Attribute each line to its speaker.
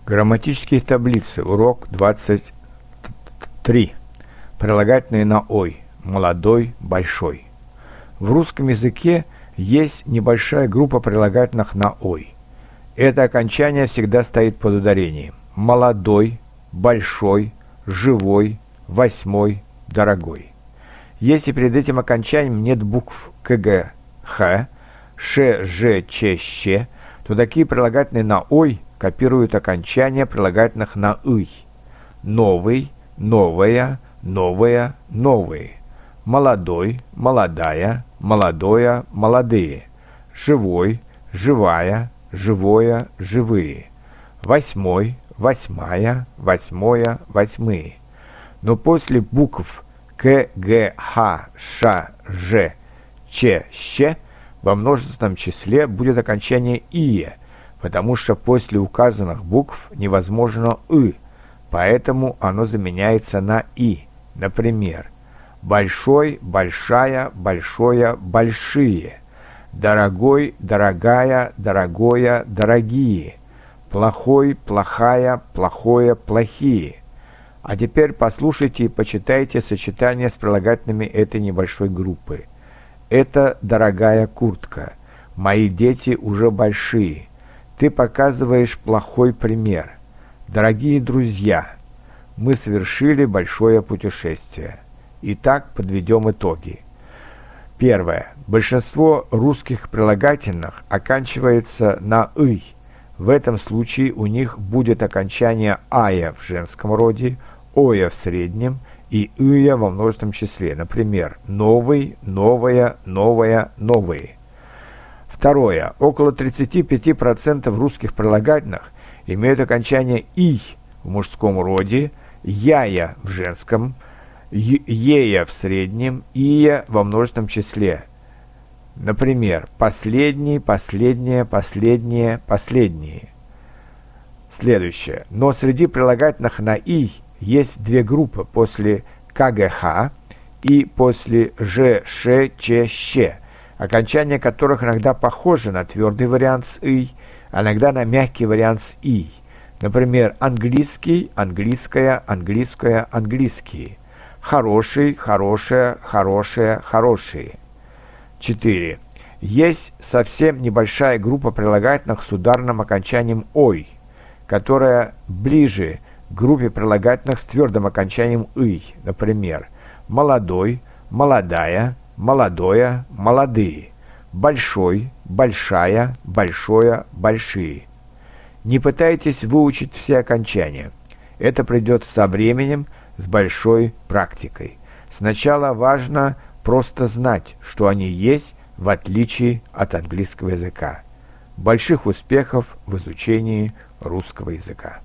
Speaker 1: Грамматические таблицы. Урок 23. Прилагательные на «ой». Молодой, большой. В русском языке есть небольшая группа прилагательных на «ой». Это окончание всегда стоит под ударением. Молодой, большой, живой, восьмой, дорогой. Если перед этим окончанием нет букв КГ, Х, Ш, Ж, Ч, Щ, то такие прилагательные на «ой» копируют окончания прилагательных на «ый». Новый, новая, новая, новые. Молодой, молодая, молодое, молодые. Живой, живая, живое, живые. Восьмой, восьмая, восьмое, восьмые. Но после букв К, Г, Х, Ш, Ж, Ч, Щ во множественном числе будет окончание «ие», потому что после указанных букв невозможно «ы», поэтому оно заменяется на «и». Например, большой, большая, большое, большие, дорогой, дорогая, дорогое, дорогие, плохой, плохая, плохое, плохие. А теперь послушайте и почитайте сочетание с прилагательными этой небольшой группы. Это дорогая куртка. Мои дети уже большие. Ты показываешь плохой пример. Дорогие друзья, мы совершили большое путешествие. Итак, подведем итоги. Первое. Большинство русских прилагательных оканчивается на «ый». В этом случае у них будет окончание «ая» в женском роде, «оя» в среднем и «ыя» во множественном числе. Например, новый, новая, новая, новые. Второе. Около 35% русских прилагательных имеют окончание «ий» в мужском роде, «яя» в женском, «ея» в среднем, «ия» во множественном числе. Например, последний, последнее, последнее, последние. Следующее. Но среди прилагательных на «ий» есть две группы после КГХ и после Ж, Ш, Ч, Щ, окончания которых иногда похожи на твердый вариант с «ый», а иногда на мягкий вариант с «ий». Например, английский, английская, английское, английские. Хороший, хорошая, хорошая, хорошие. 4. Есть совсем небольшая группа прилагательных с ударным окончанием «ой», которая ближе к группе прилагательных с твердым окончанием «ый». Например, молодой, молодая, молодое, молодые. Большой, большая, большое, большие. Не пытайтесь выучить все окончания. Это придет со временем, с большой практикой. Сначала важно просто знать, что они есть, в отличие от английского языка. Больших успехов в изучении русского языка.